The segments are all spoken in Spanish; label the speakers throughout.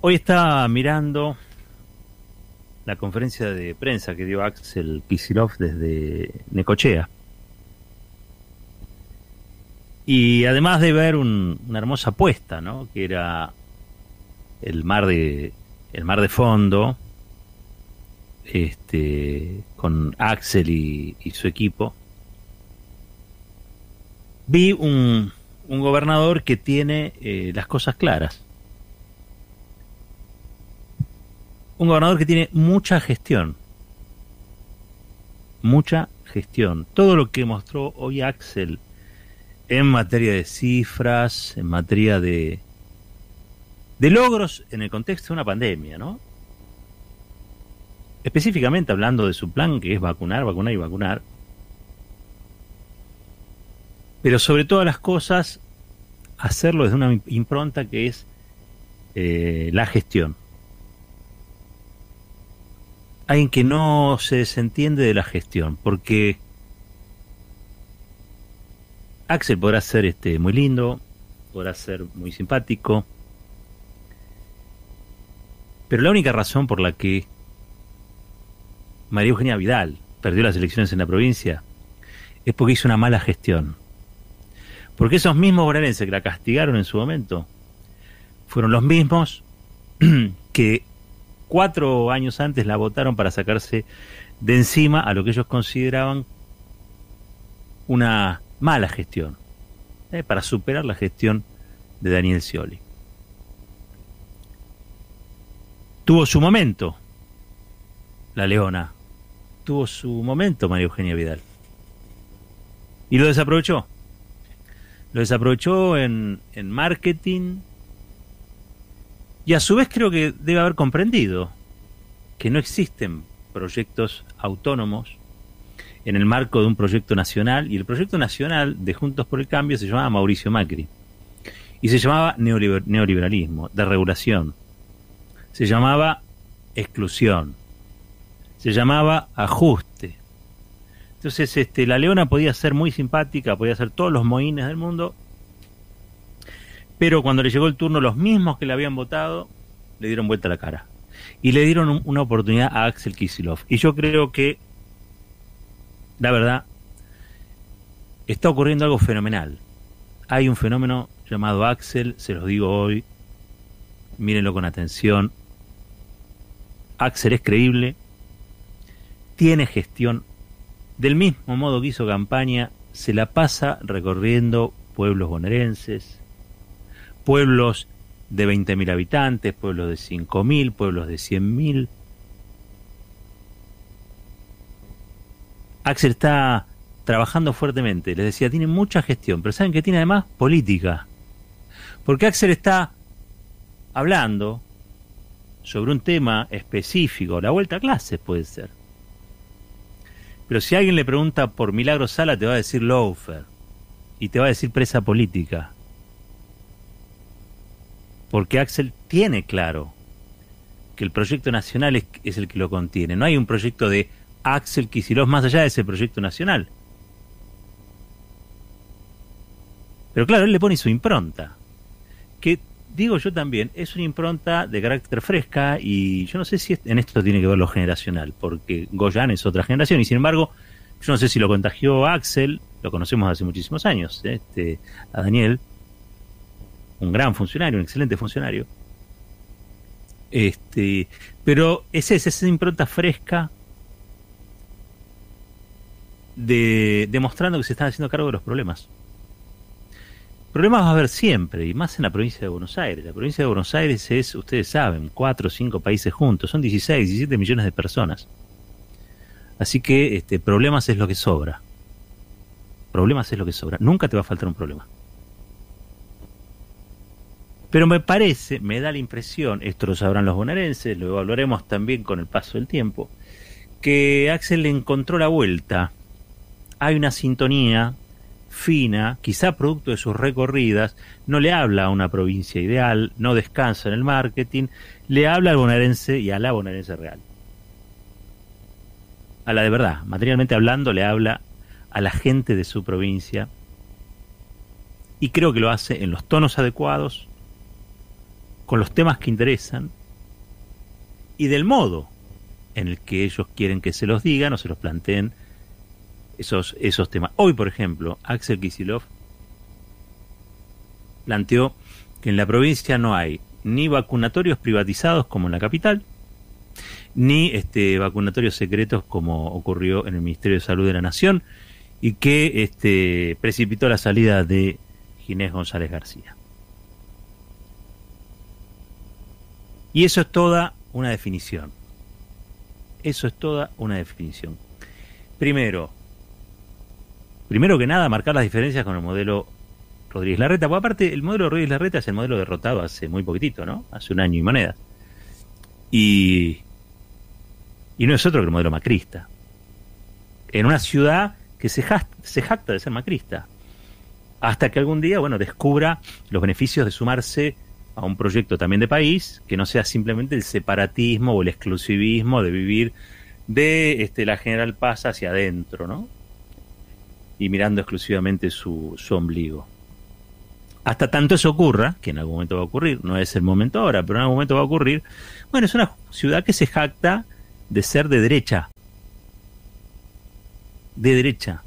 Speaker 1: Hoy estaba mirando la conferencia de prensa que dio Axel Kicillof desde Necochea. Y además de ver una hermosa puesta, ¿no? Que era el mar de fondo, con Axel y su equipo, vi un gobernador que tiene las cosas claras. Un gobernador que tiene mucha gestión. Mucha gestión. Todo lo que mostró hoy Axel en materia de cifras, en materia de logros en el contexto de una pandemia, ¿no? Específicamente hablando de su plan, que es vacunar, vacunar y vacunar. Pero sobre todas las cosas, hacerlo desde una impronta que es la gestión. Alguien que no se desentiende de la gestión, porque Axel podrá ser muy lindo, podrá ser muy simpático, pero la única razón por la que María Eugenia Vidal perdió las elecciones en la provincia es porque hizo una mala gestión. Porque esos mismos bonaerenses que la castigaron en su momento fueron los mismos que 4 años antes la votaron para sacarse de encima a lo que ellos consideraban una mala gestión, para superar la gestión de Daniel Scioli. Tuvo su momento la Leona, tuvo su momento María Eugenia Vidal, y lo desaprovechó. Lo desaprovechó en marketing, y a su vez creo que debe haber comprendido que no existen proyectos autónomos en el marco de un proyecto nacional, y el proyecto nacional de Juntos por el Cambio se llamaba Mauricio Macri, y se llamaba neoliberalismo, desregulación, se llamaba exclusión, se llamaba ajuste. Entonces la Leona podía ser muy simpática, podía hacer todos los mohines del mundo, pero cuando le llegó el turno, los mismos que le habían votado le dieron vuelta la cara y le dieron una oportunidad a Axel Kicillof. Y yo creo que, la verdad, está ocurriendo algo fenomenal. Hay un fenómeno llamado Axel, se los digo hoy, mírenlo con atención. Axel es creíble, tiene gestión, del mismo modo que hizo campaña, se la pasa recorriendo pueblos bonaerenses, pueblos de 20.000 habitantes, pueblos de 5.000, pueblos de 100.000. Axel está trabajando fuertemente, les decía, tiene mucha gestión, pero ¿saben qué tiene además? Política. Porque Axel está hablando sobre un tema específico, la vuelta a clases puede ser. Pero si alguien le pregunta por Milagro Sala, te va a decir lawfare, y te va a decir presa política. Porque Axel tiene claro que el proyecto nacional es el que lo contiene. No hay un proyecto de Axel Kicillof más allá de ese proyecto nacional. Pero claro, él le pone su impronta, que digo yo también, es una impronta de carácter fresca, y yo no sé si en esto tiene que ver lo generacional, porque Goyan es otra generación, y sin embargo, yo no sé si lo contagió a Axel, lo conocemos hace muchísimos años, a Daniel, un gran funcionario, un excelente funcionario, pero es esa impronta fresca demostrando que se están haciendo cargo de los problemas. Problemas va a haber siempre, y más en la provincia de Buenos Aires. La provincia de Buenos Aires es, ustedes saben, 4 o 5 países juntos, son 16, 17 millones de personas. Así que problemas es lo que sobra. Problemas es lo que sobra. Nunca te va a faltar un problema. Pero me parece, me da la impresión, esto lo sabrán los bonaerenses, lo evaluaremos también con el paso del tiempo, que Axel le encontró la vuelta. Hay una sintonía fina, quizá producto de sus recorridas, no le habla a una provincia ideal, no descansa en el marketing, le habla al bonaerense y a la bonaerense real. A la de verdad, materialmente hablando, le habla a la gente de su provincia, y creo que lo hace en los tonos adecuados, con los temas que interesan y del modo en el que ellos quieren que se los digan o se los planteen esos temas. Hoy, por ejemplo, Axel Kicillof planteó que en la provincia no hay ni vacunatorios privatizados como en la capital, ni vacunatorios secretos como ocurrió en el Ministerio de Salud de la Nación, y que precipitó la salida de Ginés González García. Y eso es toda una definición. Eso es toda una definición. Primero que nada, marcar las diferencias con el modelo Rodríguez Larreta, porque aparte el modelo Rodríguez Larreta es el modelo derrotado hace muy poquitito, ¿no? Hace un año y monedas. Y no es otro que el modelo macrista. En una ciudad que se jacta de ser macrista. Hasta que algún día, descubra los beneficios de sumarse a un proyecto también de país, que no sea simplemente el separatismo o el exclusivismo de vivir de la General Paz hacia adentro, ¿no? Y mirando exclusivamente su ombligo. Hasta tanto eso ocurra, que en algún momento va a ocurrir, no es el momento ahora, pero en algún momento va a ocurrir, es una ciudad que se jacta de ser de derecha. De derecha.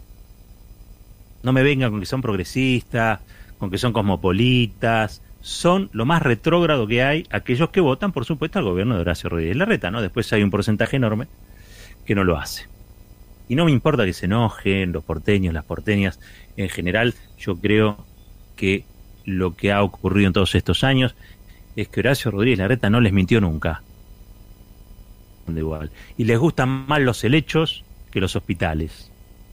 Speaker 1: No me vengan con que son progresistas, con que son cosmopolitas. Son lo más retrógrado que hay aquellos que votan, por supuesto, al gobierno de Horacio Rodríguez Larreta, ¿no? Después hay un porcentaje enorme que no lo hace. Y no me importa que se enojen los porteños, las porteñas. En general, yo creo que lo que ha ocurrido en todos estos años es que Horacio Rodríguez Larreta no les mintió nunca. Igual. Y les gustan más los helechos que los hospitales.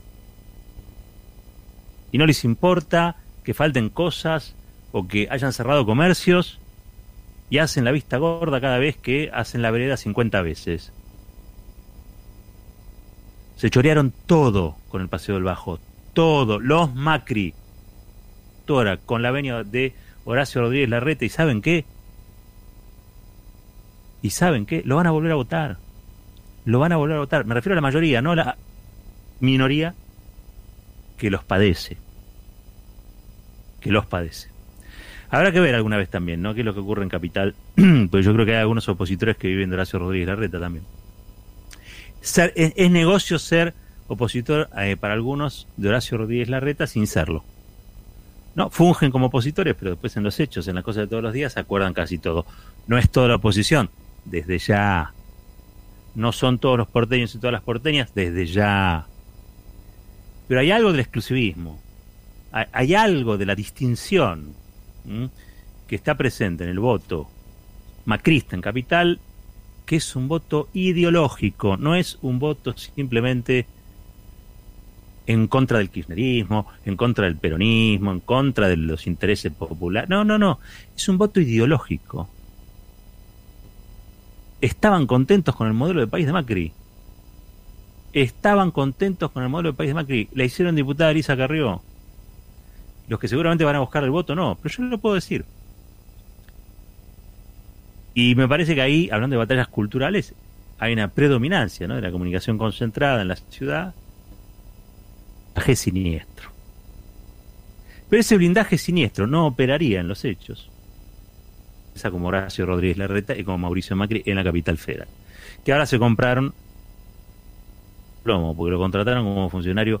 Speaker 1: Y no les importa que falten cosas o que hayan cerrado comercios y hacen la vista gorda cada vez que hacen la vereda 50 veces. Se chorearon todo con el Paseo del Bajo. Todo. Los Macri. Ahora, con la venia de Horacio Rodríguez Larreta. ¿Y saben qué? Lo van a volver a votar. Lo van a volver a votar. Me refiero a la mayoría, no a la minoría que los padece. Habrá que ver alguna vez también, ¿no? Qué es lo que ocurre en Capital. Pues yo creo que hay algunos opositores que viven de Horacio Rodríguez Larreta también. Es negocio ser opositor para algunos de Horacio Rodríguez Larreta sin serlo. No, fungen como opositores, pero después en los hechos, en las cosas de todos los días, se acuerdan casi todo. No es toda la oposición, desde ya. No son todos los porteños y todas las porteñas, desde ya. Pero hay algo del exclusivismo, hay algo de la distinción que está presente en el voto macrista en Capital, que es un voto ideológico, no es un voto simplemente en contra del kirchnerismo, en contra del peronismo, en contra de los intereses populares. No, es un voto ideológico. Estaban contentos con el modelo de país de Macri. La hicieron diputada Elisa Carrió. Los que seguramente van a buscar el voto, no, pero yo no lo puedo decir. Y me parece que ahí, hablando de batallas culturales, hay una predominancia, ¿no?, de la comunicación concentrada en la ciudad. Blindaje siniestro. Pero ese blindaje siniestro no operaría en los hechos. Esa como Horacio Rodríguez Larreta y como Mauricio Macri en la Capital Federal. Que ahora se compraron plomo, porque lo contrataron como funcionario.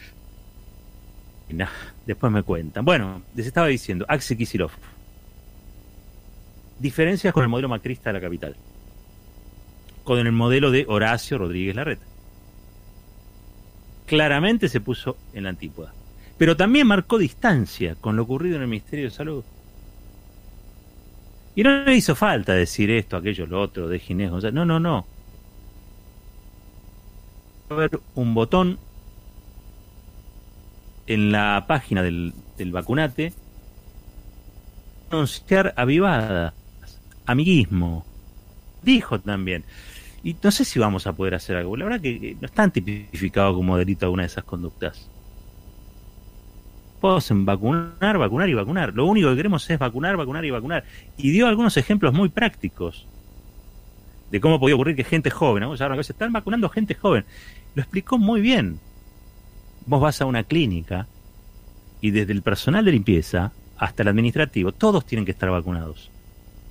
Speaker 1: Y después me cuentan. Bueno, les estaba diciendo, Axel Kicillof. Diferencias con el modelo macrista de la capital. Con el modelo de Horacio Rodríguez Larreta. Claramente se puso en la antípoda. Pero también marcó distancia con lo ocurrido en el Ministerio de Salud. Y no le hizo falta decir esto, aquello, lo otro, de Ginés González. No. Va a haber un botón en la página del vacunate. Anunciar avivadas, amiguismo. Dijo también. Y no sé si vamos a poder hacer algo. La verdad que no están tipificados como delito alguna de esas conductas. Pueden vacunar y vacunar. Lo único que queremos es vacunar y vacunar. Y dio algunos ejemplos muy prácticos de cómo podía ocurrir que gente joven, ¿no? Ya se están vacunando gente joven. Lo explicó muy bien. Vos vas a una clínica y desde el personal de limpieza hasta el administrativo, todos tienen que estar vacunados.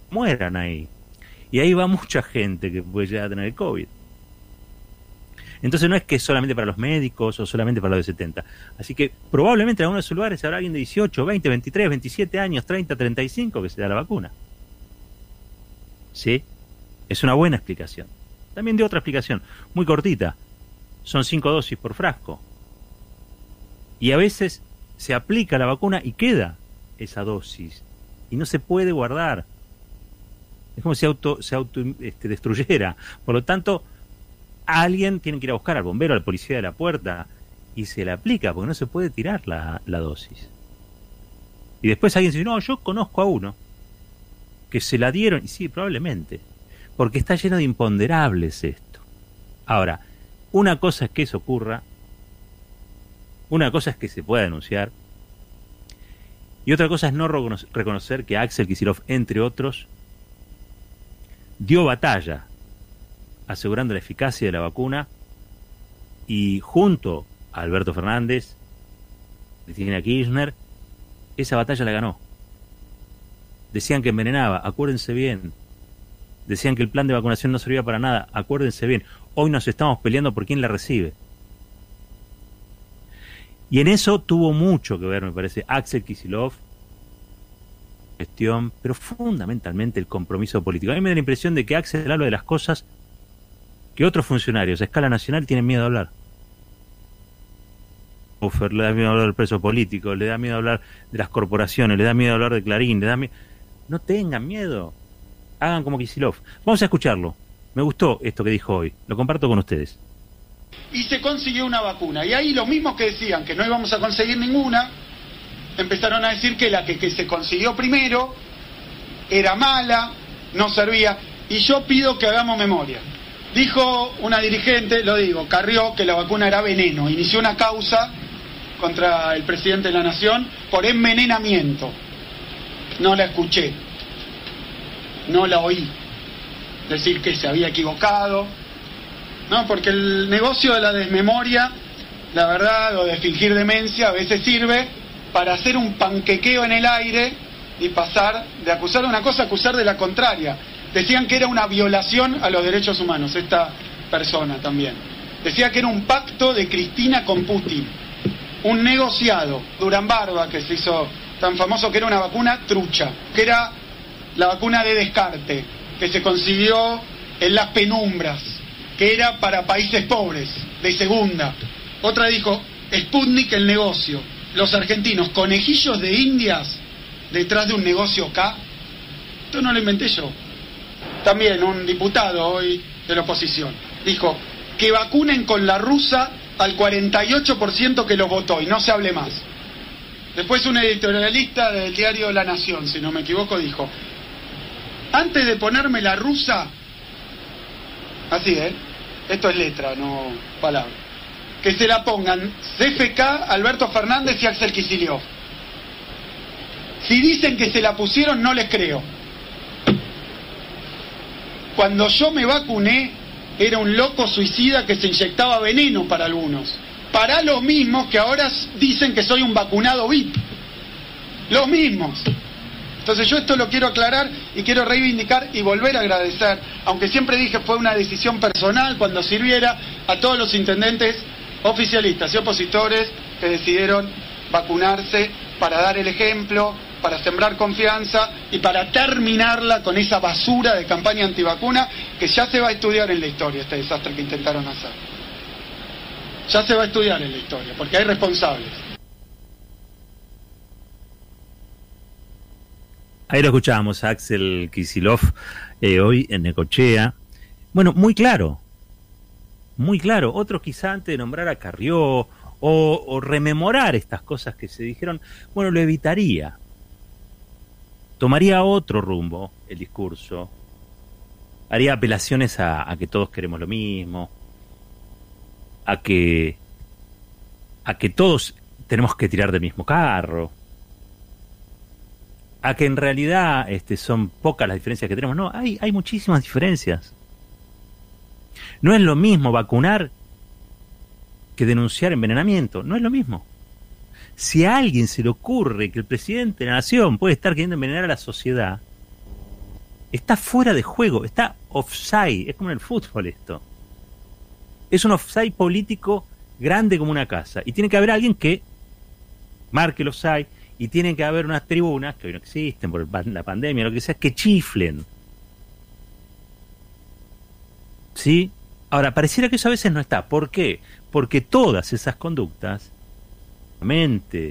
Speaker 1: mueran ahí. Y ahí va mucha gente que puede llegar a tener el COVID. Entonces no es que es solamente para los médicos o solamente para los de 70. Así que probablemente en algunos de esos lugares habrá alguien de 18, 20, 23, 27 años, 30, 35 que se da la vacuna. ¿Sí? Es una buena explicación. También de otra explicación, muy cortita. Son 5 dosis por frasco. Y a veces se aplica la vacuna y queda esa dosis. Y no se puede guardar. Es como si se auto destruyera. Por lo tanto, alguien tiene que ir a buscar al bombero, al policía de la puerta, y se la aplica, porque no se puede tirar la dosis. Y después alguien dice, no, yo conozco a uno que se la dieron, y sí, probablemente, porque está lleno de imponderables esto. Ahora, una cosa es que eso ocurra, una cosa es que se pueda denunciar, y otra cosa es no reconocer que Axel Kicillof, entre otros, dio batalla asegurando la eficacia de la vacuna, y junto a Alberto Fernández, Cristina Kirchner, esa batalla la ganó. Decían que envenenaba, acuérdense bien. Decían que el plan de vacunación no servía para nada, acuérdense bien. Hoy nos estamos peleando por quién la recibe. Y en eso tuvo mucho que ver, me parece, Axel Kicillof, gestión, pero fundamentalmente el compromiso político. A mí me da la impresión de que Axel habla de las cosas que otros funcionarios a escala nacional tienen miedo de hablar. Ufer, le da miedo hablar del preso político, le da miedo hablar de las corporaciones, le da miedo hablar de Clarín, le da miedo... No tengan miedo, hagan como Kicillof. Vamos a escucharlo. Me gustó esto que dijo hoy, lo comparto con ustedes.
Speaker 2: Y se consiguió una vacuna, y ahí los mismos que decían que no íbamos a conseguir ninguna, empezaron a decir que la que se consiguió primero era mala, no servía, y yo pido que hagamos memoria. Dijo una dirigente, lo digo, Carrió, que la vacuna era veneno. Inició una causa contra el presidente de la Nación por envenenamiento. No la escuché, no la oí decir que se había equivocado. No, porque el negocio de la desmemoria, la verdad, o de fingir demencia, a veces sirve para hacer un panquequeo en el aire y pasar de acusar una cosa a acusar de la contraria. Decían que era una violación a los derechos humanos, esta persona también. Decía que era un pacto de Cristina con Putin, un negociado, Durán Barba, que se hizo tan famoso, que era una vacuna trucha, que era la vacuna de descarte, que se consiguió en las penumbras, que era para países pobres, de segunda. Otra dijo, Sputnik el negocio, los argentinos, conejillos de indias detrás de un negocio acá. Esto no lo inventé yo. También un diputado hoy de la oposición dijo que vacunen con la rusa al 48% que los votó y no se hable más. Después un editorialista del diario La Nación, si no me equivoco, dijo, antes de ponerme la rusa, así, esto es letra, no palabra, que se la pongan CFK, Alberto Fernández y Axel Kicillof. Si dicen que se la pusieron, no les creo. Cuando yo me vacuné, era un loco suicida que se inyectaba veneno para algunos. Para los mismos que ahora dicen que soy un vacunado VIP. Los mismos. Entonces yo esto lo quiero aclarar y quiero reivindicar y volver a agradecer, aunque siempre dije fue una decisión personal cuando sirviera, a todos los intendentes oficialistas y opositores que decidieron vacunarse para dar el ejemplo, para sembrar confianza y para terminarla con esa basura de campaña antivacuna que ya se va a estudiar en la historia, este desastre que intentaron hacer. Ya se va a estudiar en la historia, porque hay responsables.
Speaker 1: Ahí lo escuchábamos a Axel Kicillof hoy en Necochea. Bueno, muy claro. Muy claro. Otros quizá antes de nombrar a Carrió o rememorar estas cosas que se dijeron, bueno, lo evitaría. Tomaría otro rumbo el discurso. Haría apelaciones a que todos queremos lo mismo. A que todos tenemos que tirar del mismo carro. A que en realidad son pocas las diferencias que tenemos. No, hay muchísimas diferencias. No es lo mismo vacunar que denunciar envenenamiento. No es lo mismo. Si a alguien se le ocurre que el presidente de la nación puede estar queriendo envenenar a la sociedad, está fuera de juego, está offside, es como en el fútbol esto. Es un offside político grande como una casa, y tiene que haber alguien que marque el offside, y tiene que haber unas tribunas, que hoy no existen por la pandemia, lo que sea, que chiflen. ¿Sí? Ahora, pareciera que eso a veces no está. ¿Por qué? Porque todas esas conductas, mente,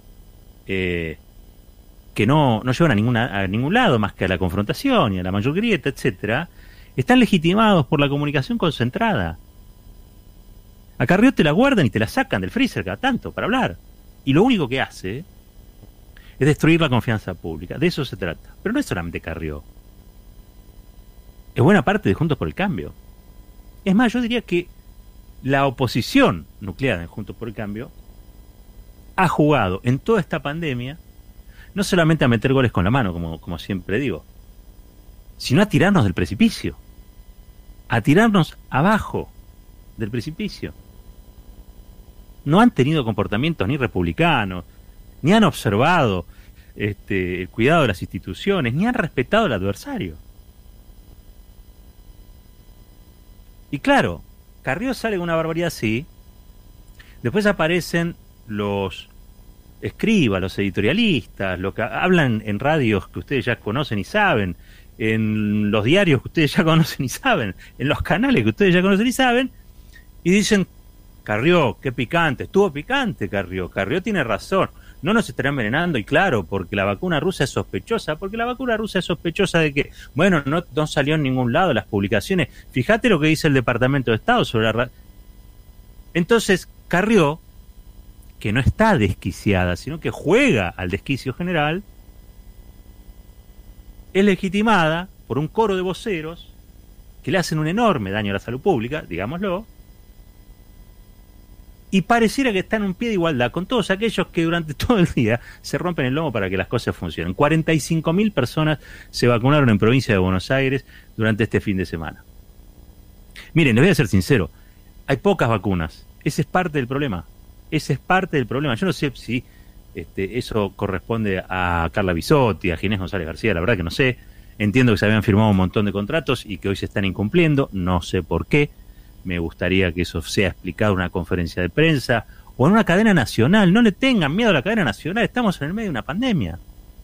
Speaker 1: que no llevan a ningún lado más que a la confrontación y a la mayor grieta, etcétera, están legitimados por la comunicación concentrada. A Carrió te la guardan y te la sacan del freezer cada tanto para hablar. Y lo único que hace es destruir la confianza pública. De eso se trata. Pero no es solamente Carrió. Es buena parte de Juntos por el Cambio. Es más, yo diría que la oposición nucleada en Juntos por el Cambio ha jugado en toda esta pandemia no solamente a meter goles con la mano, como siempre digo, sino a tirarnos del precipicio, a tirarnos abajo del precipicio. No han tenido comportamientos ni republicanos, ni han observado el cuidado de las instituciones, ni han respetado al adversario. Y claro, Carrió sale con una barbaridad así, después aparecen los escribas, los editorialistas, los que hablan en radios que ustedes ya conocen y saben, en los diarios que ustedes ya conocen y saben, en los canales que ustedes ya conocen y saben, y dicen: Carrió, qué picante, estuvo picante Carrió tiene razón, no nos estará envenenando, y claro, porque la vacuna rusa es sospechosa, de que, bueno, no salió en ningún lado las publicaciones, fíjate lo que dice el Departamento de Estado sobre la... Entonces, Carrió, que no está desquiciada, sino que juega al desquicio general, es legitimada por un coro de voceros que le hacen un enorme daño a la salud pública, digámoslo, y pareciera que está en un pie de igualdad con todos aquellos que durante todo el día se rompen el lomo para que las cosas funcionen. 45.000 personas se vacunaron en provincia de Buenos Aires durante este fin de semana. Miren, les voy a ser sincero, hay pocas vacunas, ese es parte del problema. Yo no sé si eso corresponde a Carla Bisotti, a Ginés González García, la verdad que no sé. Entiendo que se habían firmado un montón de contratos y que hoy se están incumpliendo, no sé por qué. Me gustaría que eso sea explicado en una conferencia de prensa o en una cadena nacional. No le tengan miedo a la cadena nacional, estamos en el medio de una pandemia.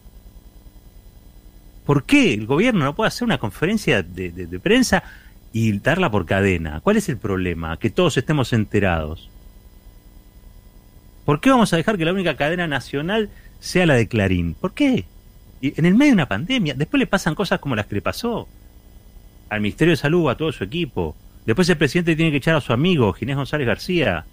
Speaker 1: ¿Por qué el gobierno no puede hacer una conferencia de prensa y darla por cadena? ¿Cuál es el problema? Que todos estemos enterados. ¿Por qué vamos a dejar que la única cadena nacional sea la de Clarín? ¿Por qué? Y en el medio de una pandemia, después le pasan cosas como las que le pasó al Ministerio de Salud, a todo su equipo. Después el presidente tiene que echar a su amigo, Ginés González García.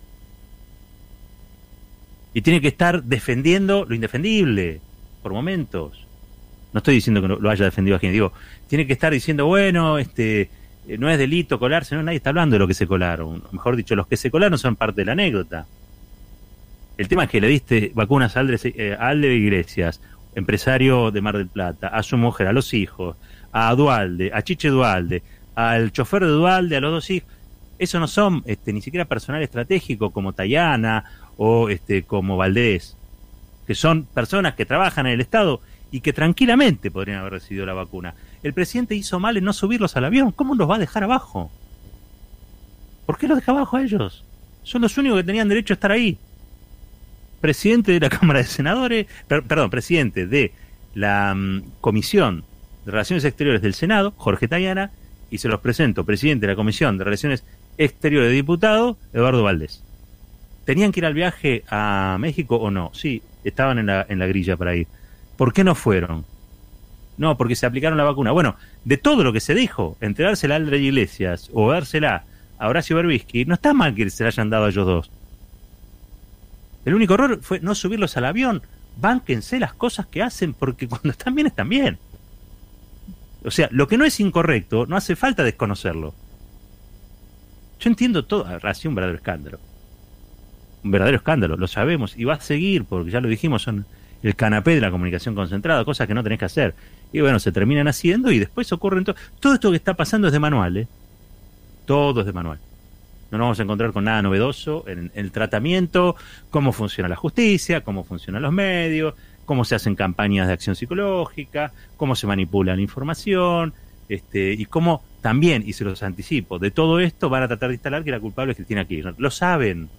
Speaker 1: Y tiene que estar defendiendo lo indefendible, por momentos. No estoy diciendo que no lo haya defendido a Ginés, digo, tiene que estar diciendo, bueno, no es delito colarse, no, nadie está hablando de lo que se colaron. Mejor dicho, los que se colaron son parte de la anécdota. El tema es que le diste vacunas a Alde Iglesias, empresario de Mar del Plata, a su mujer, a los hijos, a Dualde, a Chiche Dualde, al chofer de Dualde, a los dos hijos. Eso no son ni siquiera personal estratégico como Tayana o como Valdés, que son personas que trabajan en el Estado y que tranquilamente podrían haber recibido la vacuna. El presidente hizo mal en no subirlos al avión. ¿Cómo los va a dejar abajo? ¿Por qué los deja abajo a ellos? Son los únicos que tenían derecho a estar ahí. Presidente de la Cámara de Senadores, presidente de la Comisión de Relaciones Exteriores del Senado, Jorge Tayana, y se los presento, presidente de la Comisión de Relaciones Exteriores de Diputados, Eduardo Valdés. ¿Tenían que ir al viaje a México o no? Sí, estaban en la grilla para ir. ¿Por qué no fueron? No, porque se aplicaron la vacuna. Bueno, de todo lo que se dijo, entregársela a Alde Iglesias o dársela a Horacio Berbisky, no está mal que se la hayan dado a ellos dos. El único error fue no subirlos al avión. Bánquense las cosas que hacen, porque cuando están bien, están bien. O sea, lo que no es incorrecto, no hace falta desconocerlo. Yo entiendo todo. Ha sido un verdadero escándalo. Un verdadero escándalo, lo sabemos. Y va a seguir, porque ya lo dijimos, son el canapé de la comunicación concentrada, cosas que no tenés que hacer. Y bueno, se terminan haciendo y después ocurren todo esto que está pasando es de manual, ¿eh? Todo es de manual. No nos vamos a encontrar con nada novedoso en el tratamiento, cómo funciona la justicia, cómo funcionan los medios, cómo se hacen campañas de acción psicológica, cómo se manipula la información, y cómo también, y se los anticipo, de todo esto van a tratar de instalar que la culpable es Cristina Kirchner. Lo saben.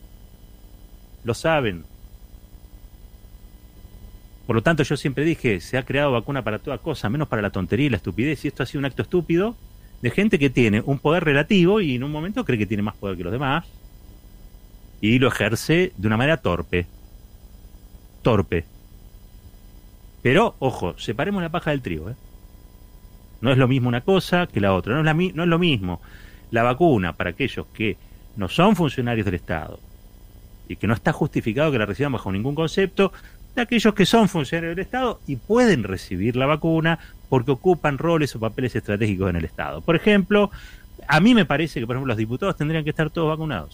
Speaker 1: Por lo tanto, yo siempre dije, se ha creado vacuna para toda cosa, menos para la tontería y la estupidez, y esto ha sido un acto estúpido de gente que tiene un poder relativo y en un momento cree que tiene más poder que los demás, y lo ejerce de una manera torpe. Pero, ojo, separemos la paja del trigo, ¿eh? No es lo mismo una cosa que la otra, no es lo mismo la vacuna para aquellos que no son funcionarios del Estado y que no está justificado que la reciban bajo ningún concepto, de aquellos que son funcionarios del Estado y pueden recibir la vacuna porque ocupan roles o papeles estratégicos en el Estado. Por ejemplo, a mí me parece que, por ejemplo, los diputados tendrían que estar todos vacunados.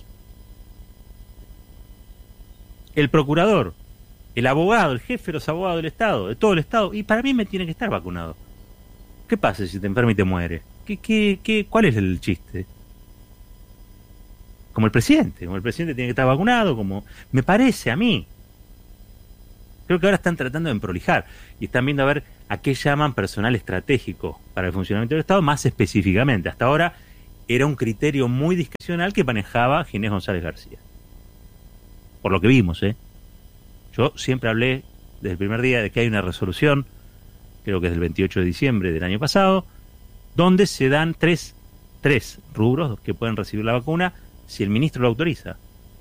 Speaker 1: El procurador, el abogado, el jefe de los abogados del Estado, de todo el Estado, y para mí me tiene que estar vacunado. ¿Qué pasa si te enferma y te muere? ¿Cuál es el chiste? Como el presidente tiene que estar vacunado, como me parece a mí. Creo que ahora están tratando de emprolijar y están viendo a ver a qué llaman personal estratégico para el funcionamiento del Estado más específicamente. Hasta ahora era un criterio muy discrecional que manejaba Ginés González García. Por lo que vimos, Yo siempre hablé desde el primer día de que hay una resolución, creo que es del 28 de diciembre del año pasado, donde se dan tres rubros que pueden recibir la vacuna si el ministro lo autoriza.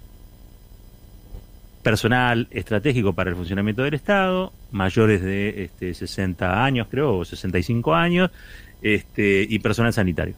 Speaker 1: Personal estratégico para el funcionamiento del Estado, mayores de 60 años, creo, o 65 años, y personal sanitario.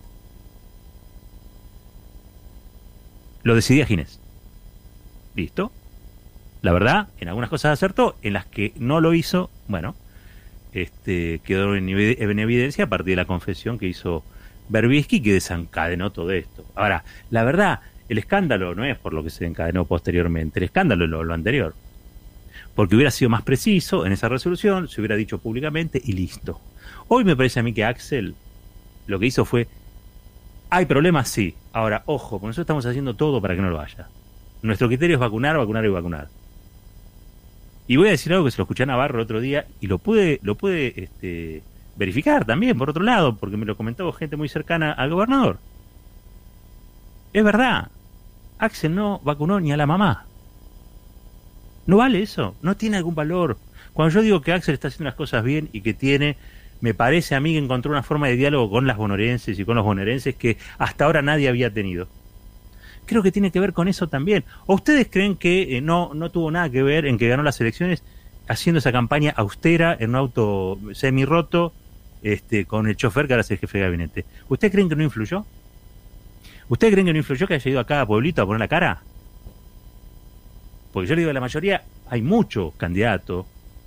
Speaker 1: Lo decidía Ginés. ¿Listo? La verdad, en algunas cosas acertó, en las que no lo hizo, bueno, quedó en evidencia a partir de la confesión que hizo Berbisky, que desencadenó todo esto. Ahora, la verdad, el escándalo no es por lo que se encadenó posteriormente, el escándalo es lo anterior. Porque hubiera sido más preciso en esa resolución, se hubiera dicho públicamente y listo. Hoy me parece a mí que Axel lo que hizo fue, ¿hay problemas? Sí. Ahora, ojo, porque nosotros estamos haciendo todo para que no lo haya. Nuestro criterio es vacunar, vacunar y vacunar. Y voy a decir algo que se lo escuché a Navarro el otro día y lo pude verificar también, por otro lado, porque me lo comentó gente muy cercana al gobernador. Es verdad, Axel no vacunó ni a la mamá. ¿No vale eso? ¿No tiene algún valor? Cuando yo digo que Axel está haciendo las cosas bien y que tiene, me parece a mí que encontró una forma de diálogo con las bonaerenses y con los bonaerenses que hasta ahora nadie había tenido. Creo que tiene que ver con eso también. ¿O ustedes creen que no tuvo nada que ver en que ganó las elecciones haciendo esa campaña austera en un auto semi-roto con el chofer que ahora es el jefe de gabinete? ¿Ustedes creen que no influyó? ¿Ustedes creen que no influyó que haya ido a cada pueblito a poner la cara? Porque yo le digo a la mayoría, hay mucho candidato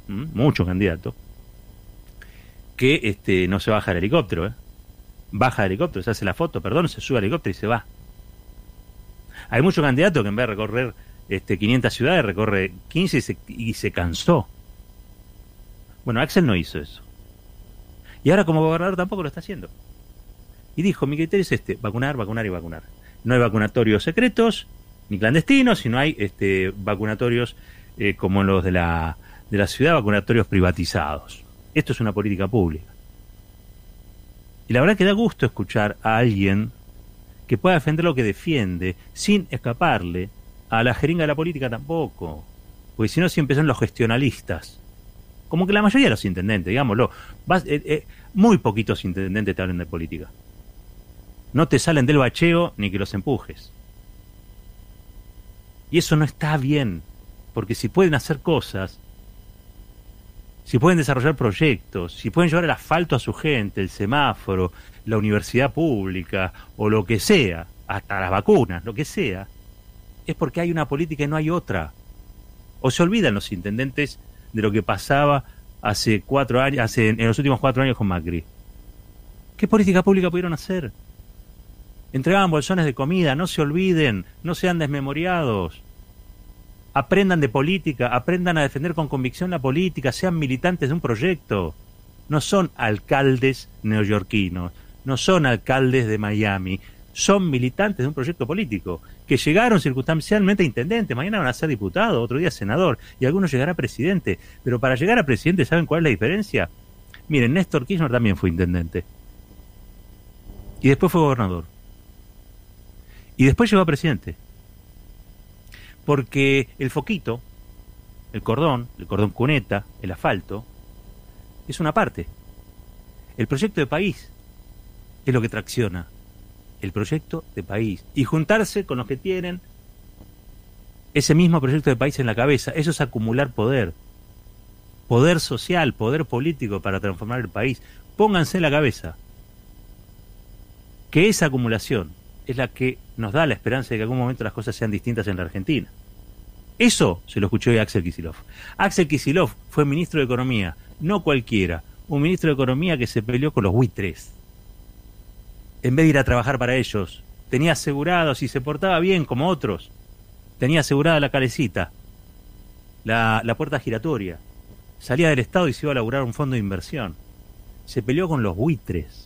Speaker 1: que no se baja del helicóptero, baja del helicóptero, se hace la foto, se sube al helicóptero y se va. Hay muchos candidatos que en vez de recorrer 500 ciudades, recorre 15 y se cansó. Bueno, Axel no hizo eso. Y ahora como gobernador tampoco lo está haciendo. Y dijo, mi criterio es vacunar, vacunar y vacunar. No hay vacunatorios secretos ni clandestinos, sino hay vacunatorios como los de la ciudad, vacunatorios privatizados. Esto es una política pública. Y la verdad que da gusto escuchar a alguien que pueda defender lo que defiende sin escaparle a la jeringa de la política tampoco. Porque si no siempre son los gestionalistas. Como que la mayoría de los intendentes, digámoslo. Muy poquitos intendentes te hablan de política. No te salen del bacheo ni que los empujes. Y eso no está bien. Porque si pueden hacer cosas, si pueden desarrollar proyectos, si pueden llevar el asfalto a su gente, el semáforo, la universidad pública o lo que sea, hasta las vacunas, lo que sea, es porque hay una política y no hay otra. O se olvidan los intendentes de lo que pasaba hace 4 años, en los últimos 4 años con Macri. ¿Qué política pública pudieron hacer? Entregaban bolsones de comida, no se olviden, no sean desmemoriados. Aprendan de política, aprendan a defender con convicción la política, sean militantes de un proyecto. No son alcaldes neoyorquinos, no son alcaldes de Miami, son militantes de un proyecto político, que llegaron circunstancialmente a intendente, mañana van a ser diputado, otro día senador, y algunos llegará a presidente. Pero para llegar a presidente, ¿saben cuál es la diferencia? Miren, Néstor Kirchner también fue intendente. Y después fue gobernador. Y después llegó a presidente. Porque el foquito, el cordón cuneta, el asfalto, es una parte. El proyecto de país es lo que tracciona. El proyecto de país. Y juntarse con los que tienen ese mismo proyecto de país en la cabeza. Eso es acumular poder. Poder social, poder político para transformar el país. Pónganse en la cabeza que esa acumulación es la que nos da la esperanza de que en algún momento las cosas sean distintas en la Argentina. Eso se lo escuchó hoy Axel Kicillof. Axel Kicillof fue ministro de Economía, no cualquiera, un ministro de Economía que se peleó con los buitres. En vez de ir a trabajar para ellos, tenía asegurado, si se portaba bien como otros, tenía asegurada la calecita, la puerta giratoria. Salía del Estado y se iba a laburar un fondo de inversión. Se peleó con los buitres.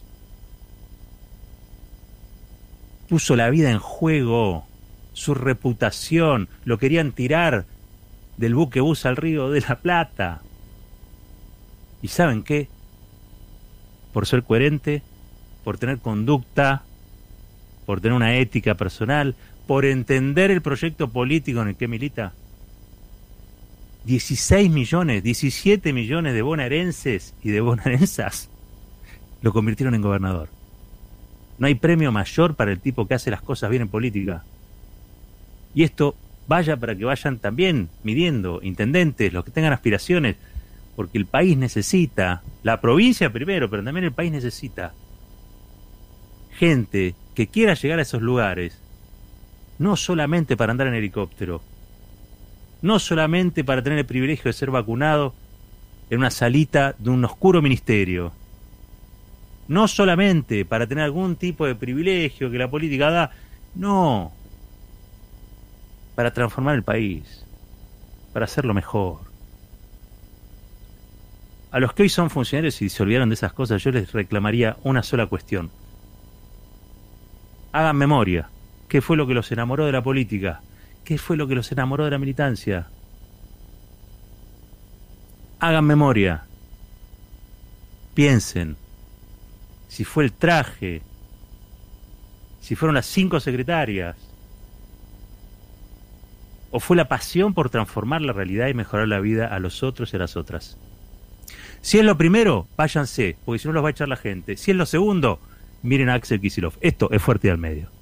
Speaker 1: Puso la vida en juego, su reputación, lo querían tirar del buquebús al Río de la Plata. ¿Y saben qué? Por ser coherente, por tener conducta, por tener una ética personal, por entender el proyecto político en el que milita, 16 millones, 17 millones de bonaerenses y de bonaerensas lo convirtieron en gobernador. No hay premio mayor para el tipo que hace las cosas bien en política. Y esto vaya para que vayan también midiendo, intendentes, los que tengan aspiraciones, porque el país necesita, la provincia primero, pero también el país necesita gente que quiera llegar a esos lugares, no solamente para andar en helicóptero, no solamente para tener el privilegio de ser vacunado en una salita de un oscuro ministerio, no solamente para tener algún tipo de privilegio que la política da, no, para transformar el país, para hacerlo mejor. A los que hoy son funcionarios y se olvidaron de esas cosas, yo les reclamaría una sola cuestión. Hagan memoria. ¿Qué fue lo que los enamoró de la política? ¿Qué fue lo que los enamoró de la militancia? Hagan memoria. Piensen. Si fue el traje, si fueron las 5 secretarias, o fue la pasión por transformar la realidad y mejorar la vida a los otros y a las otras. Si es lo primero, váyanse, porque si no los va a echar la gente. Si es lo segundo, miren a Axel Kicillof. Esto es Fuerte y al Medio.